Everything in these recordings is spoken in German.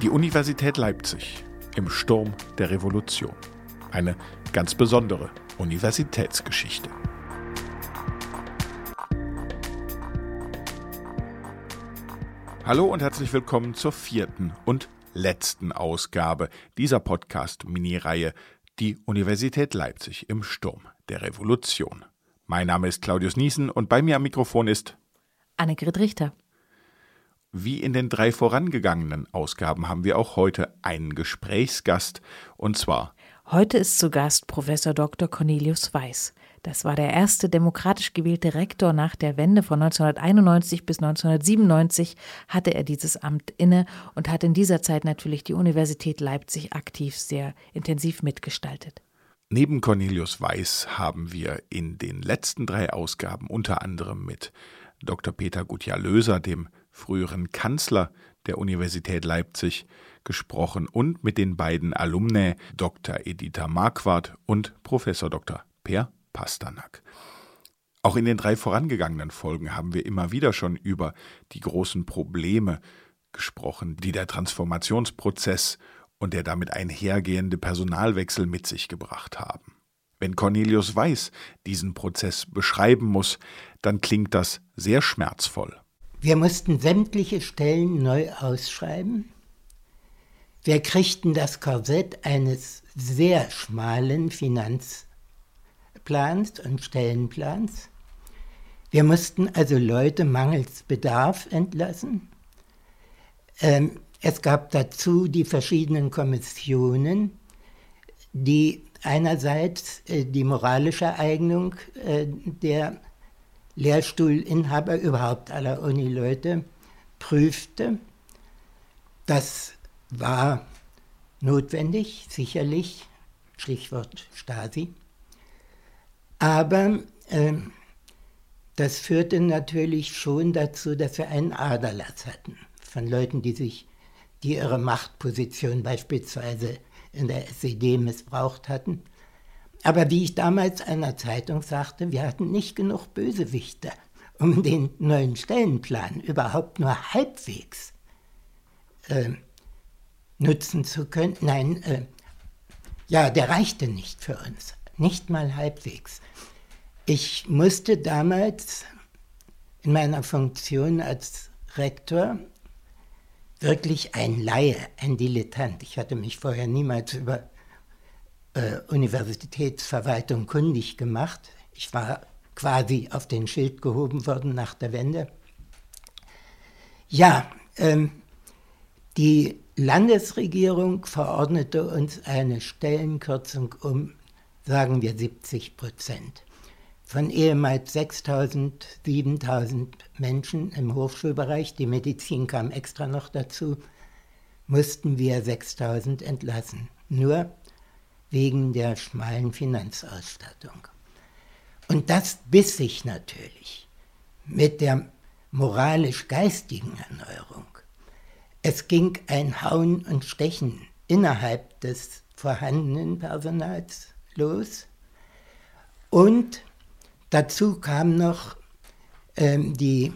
Die Universität Leipzig im Sturm der Revolution. Eine ganz besondere Universitätsgeschichte. Hallo und herzlich willkommen zur 4. und letzten Ausgabe dieser Podcast-Mini-Reihe Die Universität Leipzig im Sturm der Revolution. Mein Name ist Claudius Niesen und bei mir am Mikrofon ist Annegret Richter. Wie in den 3 vorangegangenen Ausgaben haben wir auch heute einen Gesprächsgast, und zwar Heute ist zu Gast Professor Dr. Cornelius Weiß. Das war der erste demokratisch gewählte Rektor nach der Wende von 1991 bis 1997 hatte er dieses Amt inne und hat in dieser Zeit natürlich die Universität Leipzig aktiv sehr intensiv mitgestaltet. Neben Cornelius Weiß haben wir in den letzten 3 Ausgaben unter anderem mit Dr. Peter Gutjahr-Löser, dem früheren Kanzler der Universität Leipzig, gesprochen und mit den beiden Alumnae Dr. Editha Marquardt und Professor Dr. Per Pasternak. Auch in den 3 vorangegangenen Folgen haben wir immer wieder schon über die großen Probleme gesprochen, die der Transformationsprozess und der damit einhergehende Personalwechsel mit sich gebracht haben. Wenn Cornelius Weiß diesen Prozess beschreiben muss, dann klingt das sehr schmerzvoll. Wir mussten sämtliche Stellen neu ausschreiben. Wir kriegten das Korsett eines sehr schmalen Finanzplans und Stellenplans. Wir mussten also Leute mangels Bedarf entlassen. Es gab dazu die verschiedenen Kommissionen, die einerseits die moralische Eignung der Lehrstuhlinhaber, überhaupt aller Unileute, prüfte. Das war notwendig, sicherlich, Stichwort Stasi. Aber das führte natürlich schon dazu, dass wir einen Aderlass hatten von Leuten, die ihre Machtposition beispielsweise in der SED missbraucht hatten. Aber wie ich damals einer Zeitung sagte, wir hatten nicht genug Bösewichter, um den neuen Stellenplan überhaupt nur halbwegs nutzen zu können. Nein, der reichte nicht für uns, nicht mal halbwegs. Ich musste damals in meiner Funktion als Rektor wirklich ein Laie, ein Dilettant. Ich hatte mich vorher niemals über Universitätsverwaltung kundig gemacht. Ich war quasi auf den Schild gehoben worden nach der Wende. Die Landesregierung verordnete uns eine Stellenkürzung um, sagen wir, 70%. Von ehemals 6.000, 7.000 Menschen im Hochschulbereich, die Medizin kam extra noch dazu, mussten wir 6.000 entlassen. Nur wegen der schmalen Finanzausstattung. Und das biss sich natürlich mit der moralisch-geistigen Erneuerung. Es ging ein Hauen und Stechen innerhalb des vorhandenen Personals los. Und dazu kam noch die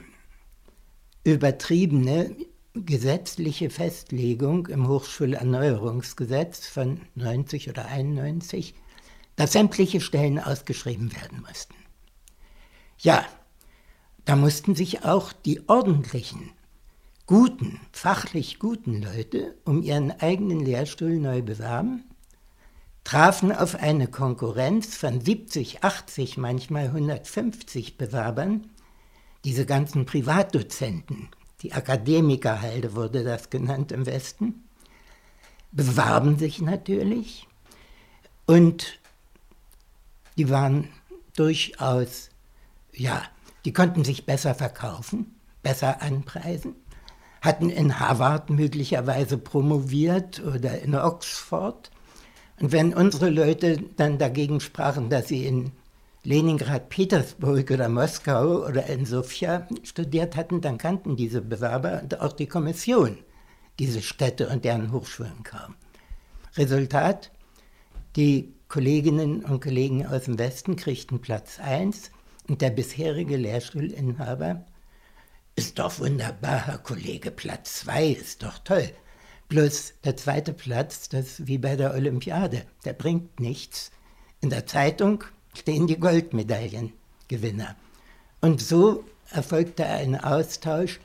übertriebene gesetzliche Festlegung im Hochschulerneuerungsgesetz von 90 oder 91, dass sämtliche Stellen ausgeschrieben werden mussten. Ja, da mussten sich auch die ordentlichen, guten, fachlich guten Leute um ihren eigenen Lehrstuhl neu bewerben, trafen auf eine Konkurrenz von 70, 80, manchmal 150 Bewerbern, diese ganzen Privatdozenten, die Akademikerhalde wurde das genannt im Westen, bewarben sich natürlich und die waren durchaus, die konnten sich besser verkaufen, besser anpreisen, hatten in Harvard möglicherweise promoviert oder in Oxford. Und wenn unsere Leute dann dagegen sprachen, dass sie in Leningrad, Petersburg oder Moskau oder in Sofia studiert hatten, dann kannten diese Bewerber und auch die Kommission diese Städte und deren Hochschulen kaum. Resultat, die Kolleginnen und Kollegen aus dem Westen kriegten Platz 1 und der bisherige Lehrstuhlinhaber: Ist doch wunderbar, Herr Kollege, Platz 2 ist doch toll. Bloß der zweite Platz, das ist wie bei der Olympiade, der bringt nichts. In der Zeitung stehen die Goldmedaillengewinner. Und so erfolgte ein Austausch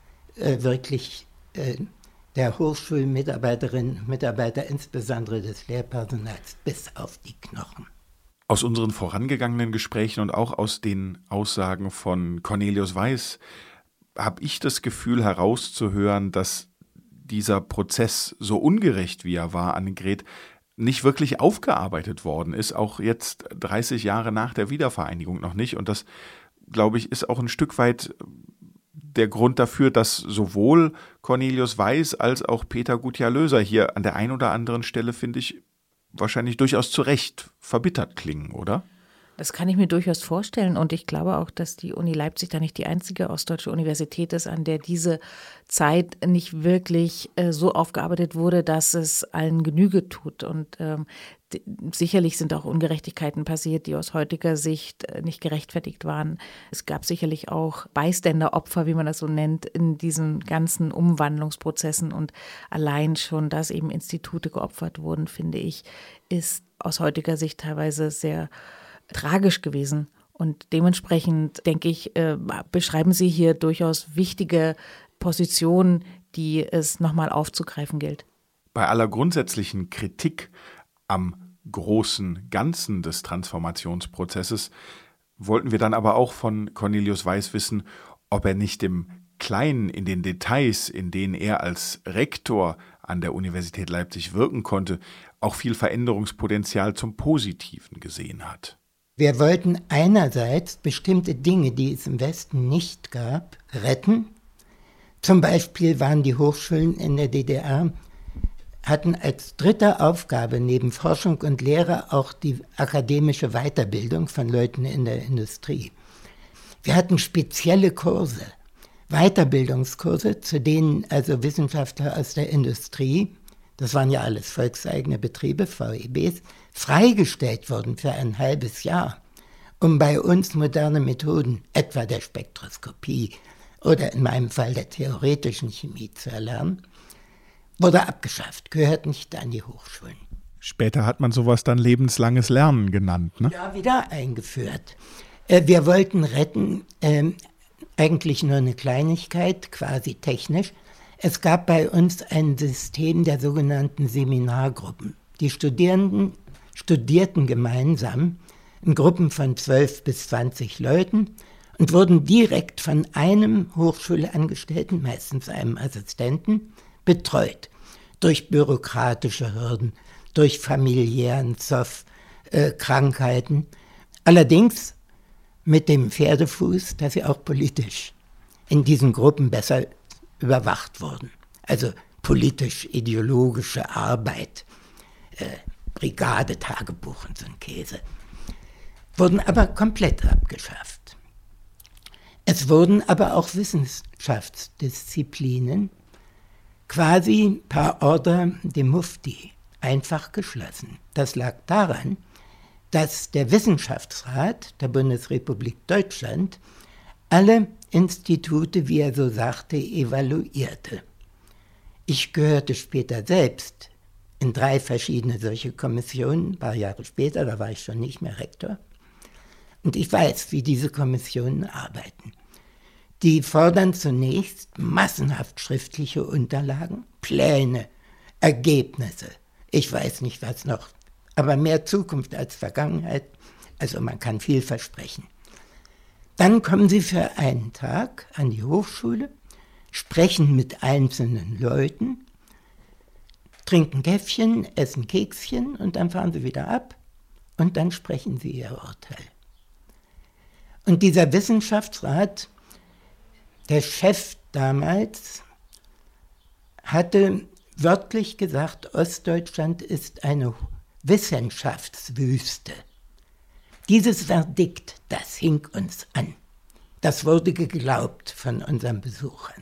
der Hochschulmitarbeiterinnen und Mitarbeiter, insbesondere des Lehrpersonals, bis auf die Knochen. Aus unseren vorangegangenen Gesprächen und auch aus den Aussagen von Cornelius Weiß habe ich das Gefühl herauszuhören, dass dieser Prozess, so ungerecht wie er war, Annegret, nicht wirklich aufgearbeitet worden ist, auch jetzt 30 Jahre nach der Wiedervereinigung noch nicht. Und das, glaube ich, ist auch ein Stück weit der Grund dafür, dass sowohl Cornelius Weiß als auch Peter Gutjahr-Löser hier an der einen oder anderen Stelle, finde ich, wahrscheinlich durchaus zu Recht verbittert klingen, oder? Das kann ich mir durchaus vorstellen und ich glaube auch, dass die Uni Leipzig da nicht die einzige ostdeutsche Universität ist, an der diese Zeit nicht wirklich so aufgearbeitet wurde, dass es allen Genüge tut. Und sicherlich sind auch Ungerechtigkeiten passiert, die aus heutiger Sicht nicht gerechtfertigt waren. Es gab sicherlich auch Byständeropfer, wie man das so nennt, in diesen ganzen Umwandlungsprozessen und allein schon, dass eben Institute geopfert wurden, finde ich, ist aus heutiger Sicht teilweise sehr tragisch gewesen. Und dementsprechend, denke ich, beschreiben Sie hier durchaus wichtige Positionen, die es nochmal aufzugreifen gilt. Bei aller grundsätzlichen Kritik am großen Ganzen des Transformationsprozesses wollten wir dann aber auch von Cornelius Weiß wissen, ob er nicht im Kleinen, in den Details, in denen er als Rektor an der Universität Leipzig wirken konnte, auch viel Veränderungspotenzial zum Positiven gesehen hat. Wir wollten einerseits bestimmte Dinge, die es im Westen nicht gab, retten. Zum Beispiel waren die Hochschulen in der DDR, hatten als dritte Aufgabe neben Forschung und Lehre auch die akademische Weiterbildung von Leuten in der Industrie. Wir hatten spezielle Kurse, Weiterbildungskurse, zu denen also Wissenschaftler aus der Industrie, das waren ja alles volkseigene Betriebe, VEBs, freigestellt wurden für ein halbes Jahr, um bei uns moderne Methoden, etwa der Spektroskopie oder in meinem Fall der theoretischen Chemie zu erlernen, wurde abgeschafft, gehört nicht an die Hochschulen. Später hat man sowas dann lebenslanges Lernen genannt, ne? Ja, wieder eingeführt. Wir wollten retten, eigentlich nur eine Kleinigkeit, quasi technisch. Es gab bei uns ein System der sogenannten Seminargruppen. Die Studierenden studierten gemeinsam in Gruppen von 12 bis 20 Leuten und wurden direkt von einem Hochschulangestellten, meistens einem Assistenten, betreut. Durch bürokratische Hürden, durch familiären Zoff, Krankheiten. Allerdings mit dem Pferdefuß, dass sie auch politisch in diesen Gruppen besser überwacht wurden. Also politisch-ideologische Arbeit, Brigadetagebuch und so ein Käse, wurden aber komplett abgeschafft. Es wurden aber auch Wissenschaftsdisziplinen quasi par ordre de Mufti einfach geschlossen. Das lag daran, dass der Wissenschaftsrat der Bundesrepublik Deutschland alle Institute, wie er so sagte, evaluierte. Ich gehörte später selbst in 3 verschiedene solche Kommissionen, ein paar Jahre später, da war ich schon nicht mehr Rektor. Und ich weiß, wie diese Kommissionen arbeiten. Die fordern zunächst massenhaft schriftliche Unterlagen, Pläne, Ergebnisse. Ich weiß nicht, was noch, aber mehr Zukunft als Vergangenheit. Also man kann viel versprechen. Dann kommen sie für einen Tag an die Hochschule, sprechen mit einzelnen Leuten, trinken Käffchen, essen Kekschen und dann fahren sie wieder ab und dann sprechen sie ihr Urteil. Und dieser Wissenschaftsrat, der Chef damals, hatte wörtlich gesagt, Ostdeutschland ist eine Wissenschaftswüste. Dieses Verdikt, das hing uns an. Das wurde geglaubt von unseren Besuchern.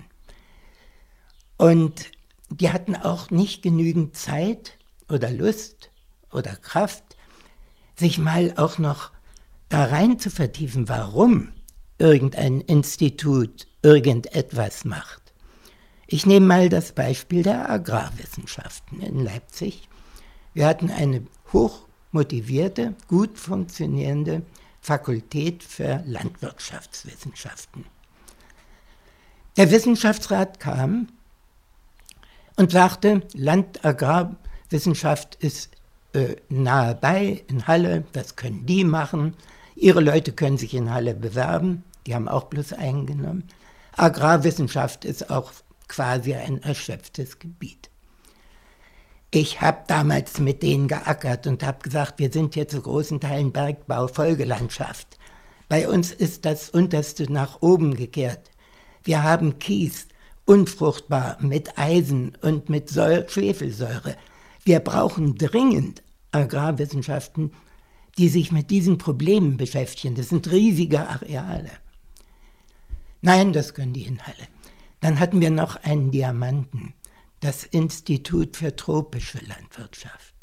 Und die hatten auch nicht genügend Zeit oder Lust oder Kraft, sich mal auch noch da rein zu vertiefen, warum irgendein Institut irgendetwas macht. Ich nehme mal das Beispiel der Agrarwissenschaften in Leipzig. Wir hatten eine hochmotivierte, gut funktionierende Fakultät für Landwirtschaftswissenschaften. Der Wissenschaftsrat kam und sagte, Land-Agrarwissenschaft ist nahe bei in Halle, das können die machen. Ihre Leute können sich in Halle bewerben, die haben auch bloß eingenommen. Agrarwissenschaft ist auch quasi ein erschöpftes Gebiet. Ich habe damals mit denen geackert und habe gesagt, wir sind hier zu großen Teilen Bergbau, Folgelandschaft. Bei uns ist das Unterste nach oben gekehrt. Wir haben Kies, unfruchtbar, mit Eisen und mit Schwefelsäure. Wir brauchen dringend Agrarwissenschaften, die sich mit diesen Problemen beschäftigen. Das sind riesige Areale. Nein, das können die in Halle. Dann hatten wir noch einen Diamanten, das Institut für tropische Landwirtschaft.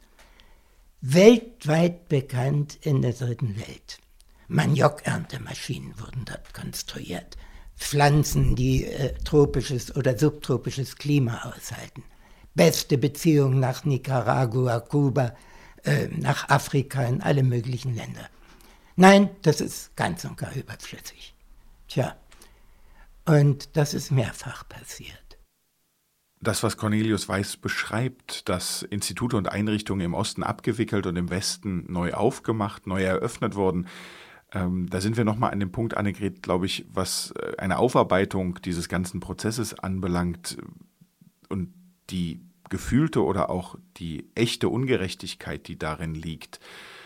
Weltweit bekannt in der dritten Welt. Maniokerntemaschinen wurden dort konstruiert. Pflanzen, die tropisches oder subtropisches Klima aushalten. Beste Beziehungen nach Nicaragua, Kuba, nach Afrika, in alle möglichen Länder. Nein, das ist ganz und gar überflüssig. Tja, und das ist mehrfach passiert. Das, was Cornelius Weiß beschreibt, dass Institute und Einrichtungen im Osten abgewickelt und im Westen neu aufgemacht, neu eröffnet wurden, da sind wir nochmal an dem Punkt, Annegret, glaube ich, was eine Aufarbeitung dieses ganzen Prozesses anbelangt und die gefühlte oder auch die echte Ungerechtigkeit, die darin liegt.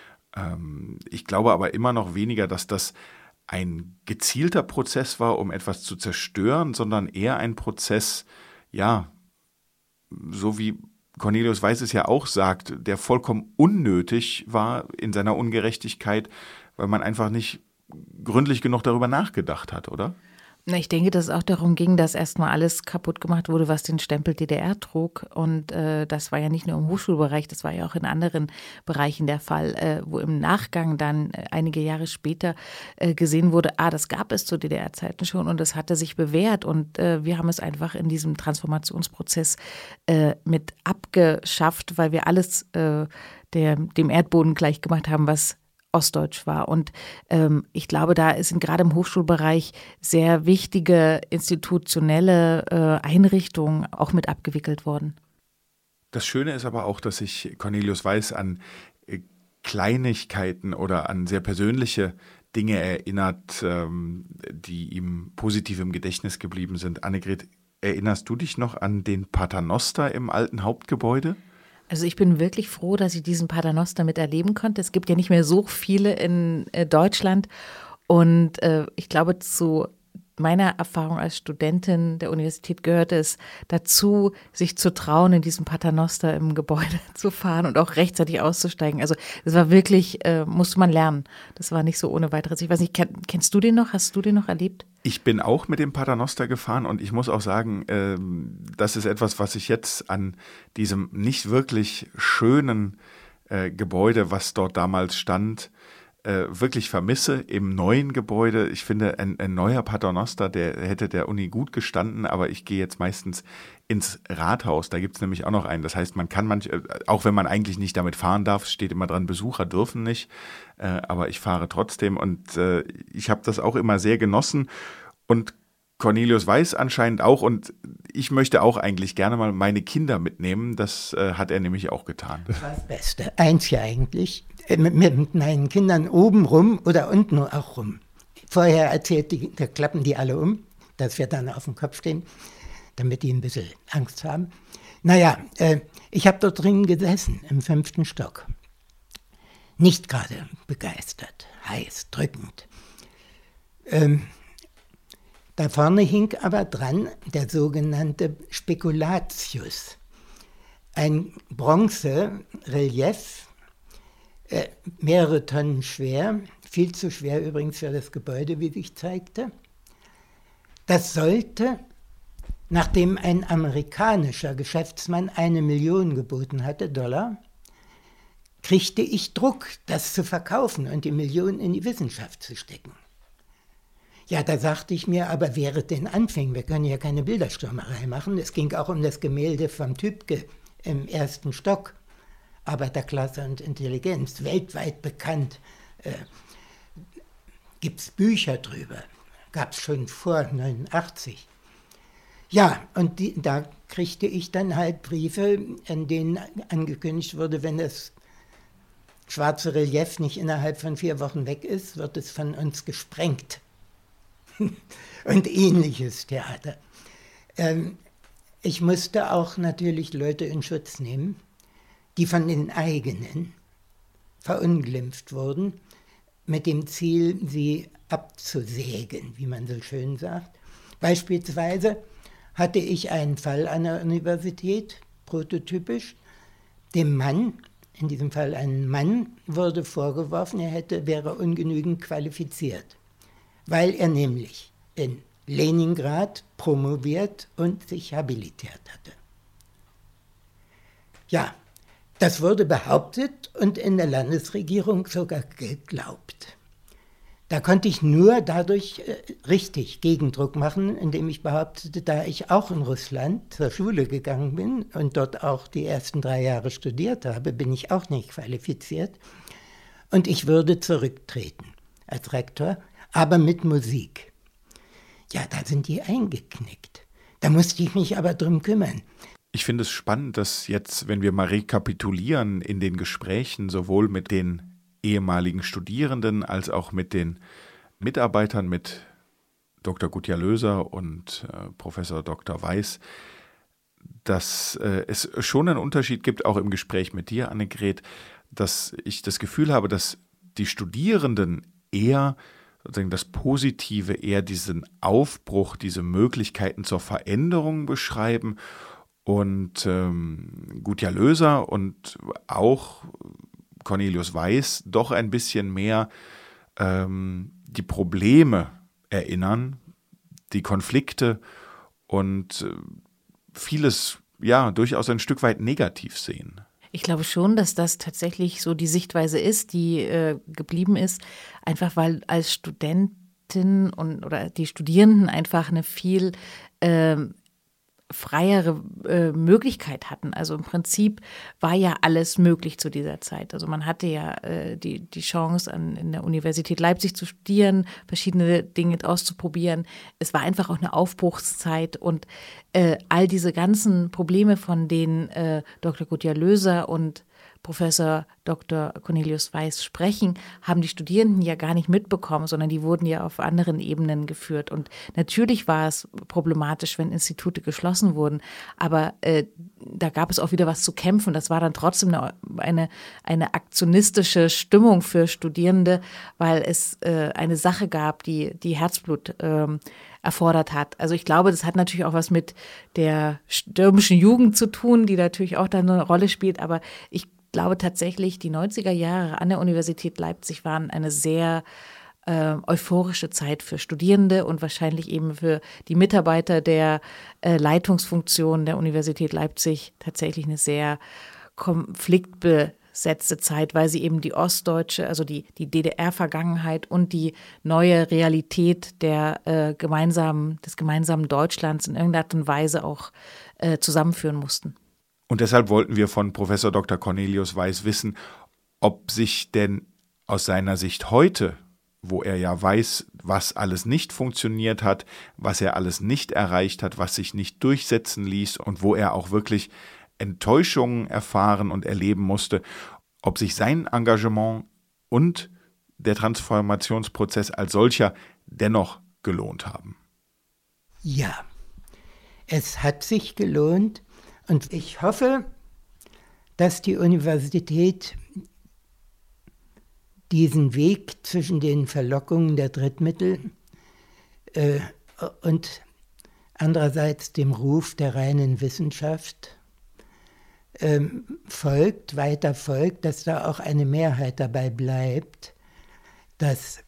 Ich glaube aber immer noch weniger, dass das ein gezielter Prozess war, um etwas zu zerstören, sondern eher ein Prozess, ja, so wie Cornelius Weiß es ja auch sagt, der vollkommen unnötig war in seiner Ungerechtigkeit, weil man einfach nicht gründlich genug darüber nachgedacht hat, oder? Ich denke, dass es auch darum ging, dass erstmal alles kaputt gemacht wurde, was den Stempel DDR trug. Und das war ja nicht nur im Hochschulbereich, das war ja auch in anderen Bereichen der Fall, wo im Nachgang dann einige Jahre später gesehen wurde, das gab es zu DDR-Zeiten schon und das hatte sich bewährt. Und wir haben es einfach in diesem Transformationsprozess mit abgeschafft, weil wir alles dem Erdboden gleich gemacht haben, was ostdeutsch war. Und ich glaube, da sind gerade im Hochschulbereich sehr wichtige institutionelle Einrichtungen auch mit abgewickelt worden. Das Schöne ist aber auch, dass sich Cornelius Weiß an Kleinigkeiten oder an sehr persönliche Dinge erinnert, die ihm positiv im Gedächtnis geblieben sind. Annegret, erinnerst du dich noch an den Paternoster im alten Hauptgebäude? Also ich bin wirklich froh, dass ich diesen Paternoster miterleben konnte. Es gibt ja nicht mehr so viele in Deutschland. Und ich glaube, zu meiner Erfahrung als Studentin der Universität gehört es dazu, sich zu trauen, in diesem Paternoster im Gebäude zu fahren und auch rechtzeitig auszusteigen. Also das war wirklich, musste man lernen. Das war nicht so ohne weiteres. Ich weiß nicht, kennst du den noch? Hast du den noch erlebt? Ich bin auch mit dem Paternoster gefahren und ich muss auch sagen, das ist etwas, was ich jetzt an diesem nicht wirklich schönen Gebäude, was dort damals stand, wirklich vermisse im neuen Gebäude. Ich finde, ein neuer Paternoster, der hätte der Uni gut gestanden, aber ich gehe jetzt meistens ins Rathaus. Da gibt es nämlich auch noch einen. Das heißt, man kann auch wenn man eigentlich nicht damit fahren darf, steht immer dran, Besucher dürfen nicht, aber ich fahre trotzdem und ich habe das auch immer sehr genossen und Cornelius Weiß anscheinend auch und ich möchte auch eigentlich gerne mal meine Kinder mitnehmen. Das hat er nämlich auch getan. Das war das Beste. Eins ja eigentlich. Mit meinen Kindern oben rum oder unten auch rum. Vorher erzählt da klappen die alle um, dass wir dann auf dem Kopf stehen, damit die ein bisschen Angst haben. Naja, ich habe dort drin gesessen, im 5. Stock. Nicht gerade begeistert, heiß, drückend. Da vorne hing aber dran der sogenannte Speculatius. Ein Bronzerelief, mehrere Tonnen schwer, viel zu schwer übrigens für das Gebäude, wie sich zeigte. Das sollte, nachdem ein amerikanischer Geschäftsmann 1 Million geboten hatte, $, kriegte ich Druck, das zu verkaufen und die Million in die Wissenschaft zu stecken. Ja, da sagte ich mir, aber während den Anfängen, wir können ja keine Bilderstürmerei machen. Es ging auch um das Gemälde vom Tübke im 1. Stock, Arbeiterklasse und Intelligenz, weltweit bekannt. Gibt es Bücher drüber, gab es schon vor 89. Ja, und da kriegte ich dann halt Briefe, in denen angekündigt wurde, wenn das schwarze Relief nicht innerhalb von 4 Wochen weg ist, wird es von uns gesprengt. Und ähnliches Theater. Ich musste auch natürlich Leute in Schutz nehmen, die von den eigenen verunglimpft wurden, mit dem Ziel, sie abzusägen, wie man so schön sagt. Beispielsweise hatte ich einen Fall an der Universität, prototypisch. Dem Mann, in diesem Fall ein Mann, wurde vorgeworfen, er wäre ungenügend qualifiziert, weil er nämlich in Leningrad promoviert und sich habilitiert hatte. Ja, das wurde behauptet und in der Landesregierung sogar geglaubt. Da konnte ich nur dadurch richtig Gegendruck machen, indem ich behauptete, da ich auch in Russland zur Schule gegangen bin und dort auch die ersten 3 Jahre studiert habe, bin ich auch nicht qualifiziert. Und ich würde zurücktreten als Rektor, aber mit Musik. Ja, da sind die eingeknickt. Da musste ich mich aber drum kümmern. Ich finde es spannend, dass jetzt, wenn wir mal rekapitulieren in den Gesprächen, sowohl mit den ehemaligen Studierenden als auch mit den Mitarbeitern, mit Dr. Gutjahr-Löser und Professor Dr. Weiß, dass es schon einen Unterschied gibt, auch im Gespräch mit dir, Annegret, dass ich das Gefühl habe, dass die Studierenden eher sozusagen das Positive, eher diesen Aufbruch, diese Möglichkeiten zur Veränderung beschreiben und Gutjahr-Löser und auch Cornelius Weiß doch ein bisschen mehr die Probleme erinnern, die Konflikte und vieles ja durchaus ein Stück weit negativ sehen. Ich glaube schon, dass das tatsächlich so die Sichtweise ist, die geblieben ist, einfach weil als Studentin oder die Studierenden einfach eine viel freiere Möglichkeit hatten. Also im Prinzip war ja alles möglich zu dieser Zeit. Also man hatte ja die Chance, in der Universität Leipzig zu studieren, verschiedene Dinge auszuprobieren. Es war einfach auch eine Aufbruchszeit und all diese ganzen Probleme, von denen Dr. Gutjahr-Löser und Professor Dr. Cornelius Weiß sprechen, haben die Studierenden ja gar nicht mitbekommen, sondern die wurden ja auf anderen Ebenen geführt. Und natürlich war es problematisch, wenn Institute geschlossen wurden, aber da gab es auch wieder was zu kämpfen. Das war dann trotzdem eine aktionistische Stimmung für Studierende, weil es eine Sache gab, die Herzblut erfordert hat. Also ich glaube, das hat natürlich auch was mit der stürmischen Jugend zu tun, die natürlich auch da eine Rolle spielt, aber ich glaube tatsächlich, die 90er Jahre an der Universität Leipzig waren eine sehr euphorische Zeit für Studierende und wahrscheinlich eben für die Mitarbeiter der Leitungsfunktion der Universität Leipzig tatsächlich eine sehr konfliktbesetzte Zeit, weil sie eben die ostdeutsche, also die DDR-Vergangenheit und die neue Realität des gemeinsamen Deutschlands in irgendeiner Art und Weise auch zusammenführen mussten. Und deshalb wollten wir von Professor Dr. Cornelius Weiß wissen, ob sich denn aus seiner Sicht heute, wo er ja weiß, was alles nicht funktioniert hat, was er alles nicht erreicht hat, was sich nicht durchsetzen ließ und wo er auch wirklich Enttäuschungen erfahren und erleben musste, ob sich sein Engagement und der Transformationsprozess als solcher dennoch gelohnt haben. Ja, es hat sich gelohnt. Und ich hoffe, dass die Universität diesen Weg zwischen den Verlockungen der Drittmittel und andererseits dem Ruf der reinen Wissenschaft weiter folgt, dass da auch eine Mehrheit dabei bleibt, dass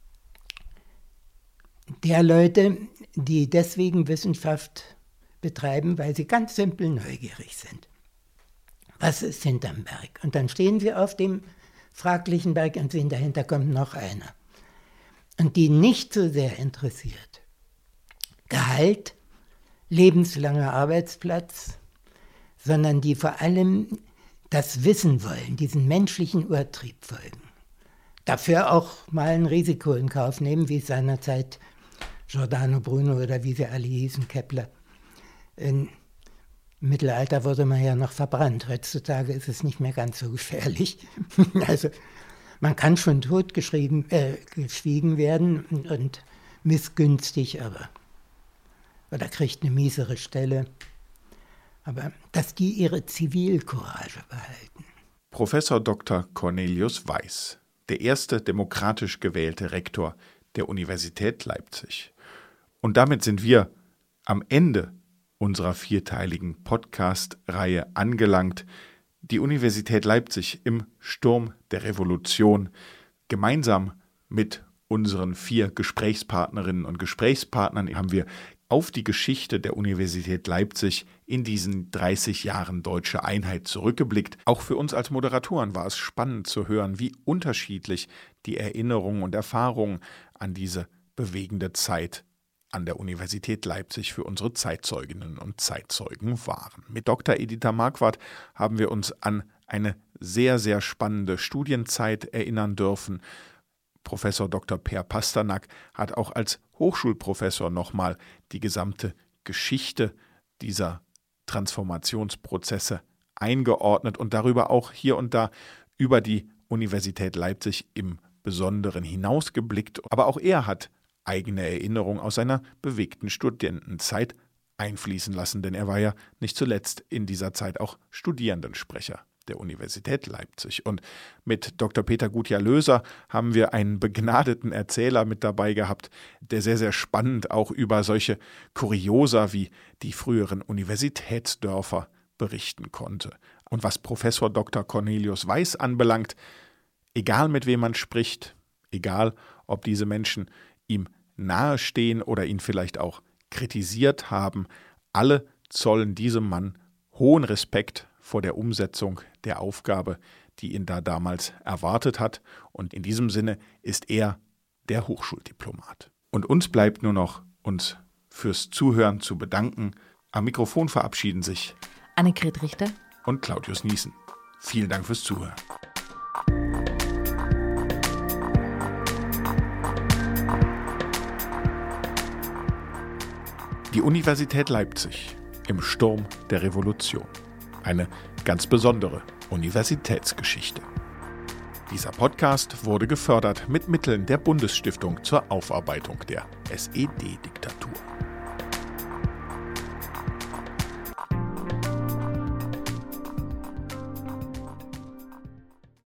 der Leute, die deswegen Wissenschaft betreiben, weil sie ganz simpel neugierig sind. Was ist hinterm Berg? Und dann stehen sie auf dem fraglichen Berg und sehen, dahinter kommt noch einer. und die nicht so sehr interessiert. Gehalt, lebenslanger Arbeitsplatz, sondern die vor allem das Wissen wollen, diesen menschlichen Urtrieb folgen. Dafür auch mal ein Risiko in Kauf nehmen, wie seinerzeit Giordano Bruno oder wie sie alle hießen, Kepler. Im Mittelalter wurde man ja noch verbrannt. Heutzutage ist es nicht mehr ganz so gefährlich. Also man kann schon totgeschwiegen werden und missgünstig, oder kriegt eine miesere Stelle. Aber dass die ihre Zivilcourage behalten. Professor Dr. Cornelius Weiß, der erste demokratisch gewählte Rektor der Universität Leipzig. Und damit sind wir am Ende unserer 4-teiligen Podcast-Reihe angelangt. Die Universität Leipzig im Sturm der Revolution, gemeinsam mit unseren 4 Gesprächspartnerinnen und Gesprächspartnern haben wir auf die Geschichte der Universität Leipzig in diesen 30 Jahren deutsche Einheit zurückgeblickt. Auch für uns als Moderatoren war es spannend zu hören, wie unterschiedlich die Erinnerungen und Erfahrungen an diese bewegende Zeit an der Universität Leipzig für unsere Zeitzeuginnen und Zeitzeugen waren. Mit Dr. Editha Marquardt haben wir uns an eine sehr, sehr spannende Studienzeit erinnern dürfen. Professor Dr. Per Pasternak hat auch als Hochschulprofessor nochmal die gesamte Geschichte dieser Transformationsprozesse eingeordnet und darüber auch hier und da über die Universität Leipzig im Besonderen hinausgeblickt. Aber auch er hat eigene Erinnerungen aus seiner bewegten Studentenzeit einfließen lassen, denn er war ja nicht zuletzt in dieser Zeit auch Studierendensprecher der Universität Leipzig. Und mit Dr. Peter Gutjahr-Löser haben wir einen begnadeten Erzähler mit dabei gehabt, der sehr, sehr spannend auch über solche Kuriosa wie die früheren Universitätsdörfer berichten konnte. Und was Professor Dr. Cornelius Weiß anbelangt, egal mit wem man spricht, egal ob diese Menschen ihm nahestehen oder ihn vielleicht auch kritisiert haben, alle zollen diesem Mann hohen Respekt vor der Umsetzung der Aufgabe, die ihn da damals erwartet hat. Und in diesem Sinne ist er der Hochschuldiplomat. Und uns bleibt nur noch, uns fürs Zuhören zu bedanken. Am Mikrofon verabschieden sich Annegret Richter und Claudius Niesen. Vielen Dank fürs Zuhören. Die Universität Leipzig im Sturm der Revolution. Eine ganz besondere Universitätsgeschichte. Dieser Podcast wurde gefördert mit Mitteln der Bundesstiftung zur Aufarbeitung der SED-Diktatur.